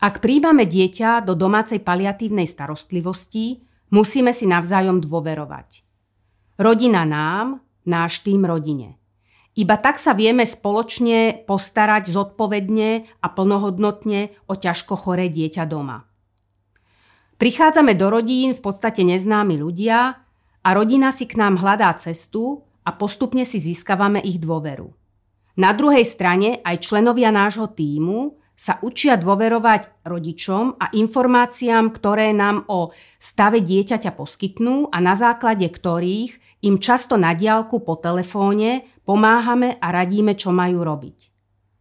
Ak prijímame dieťa do domácej paliatívnej starostlivosti, musíme si navzájom dôverovať. Rodina nám, náš tým rodine. Iba tak sa vieme spoločne postarať zodpovedne a plnohodnotne o ťažko choré dieťa doma. Prichádzame do rodín v podstate neznámi ľudia a rodina si k nám hľadá cestu a postupne si získavame ich dôveru. Na druhej strane aj členovia nášho tímu sa učia dôverovať rodičom a informáciám, ktoré nám o stave dieťaťa poskytnú a na základe ktorých im často na diaľku po telefóne pomáhame a radíme, čo majú robiť.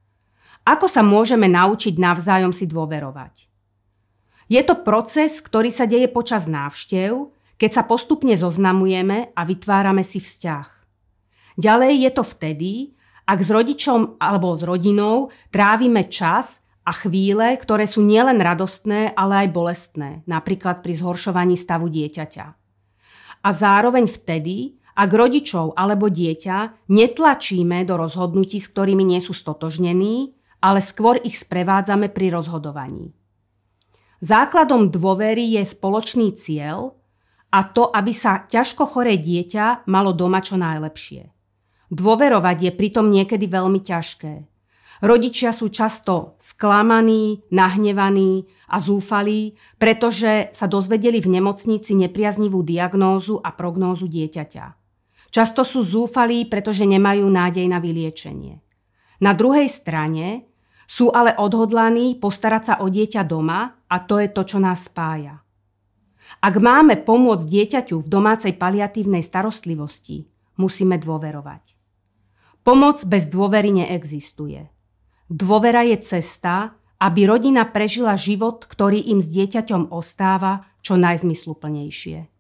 Ako sa môžeme naučiť navzájom si dôverovať? Je to proces, ktorý sa deje počas návštev, keď sa postupne zoznamujeme a vytvárame si vzťah. Ďalej je to vtedy, ak s rodičom alebo s rodinou trávime čas a chvíle, ktoré sú nielen radostné, ale aj bolestné, napríklad pri zhoršovaní stavu dieťaťa. A zároveň vtedy, ak rodičov alebo dieťa netlačíme do rozhodnutí, s ktorými nie sú stotožnení, ale skôr ich sprevádzame pri rozhodovaní. Základom dôvery je spoločný cieľ a to, aby sa ťažko choré dieťa malo doma čo najlepšie. Dôverovať je pritom niekedy veľmi ťažké. Rodičia sú často sklamaní, nahnevaní a zúfalí, pretože sa dozvedeli v nemocnici nepriaznivú diagnózu a prognózu dieťaťa. Často sú zúfalí, pretože nemajú nádej na vyliečenie. Na druhej strane sú ale odhodlaní postarať sa o dieťa doma a to je to, čo nás spája. Ak máme pomôcť dieťaťu v domácej paliatívnej starostlivosti, musíme dôverovať. Pomoc bez dôvery neexistuje. Dôvera je cesta, aby rodina prežila život, ktorý im s dieťaťom ostáva čo najzmysluplnejšie.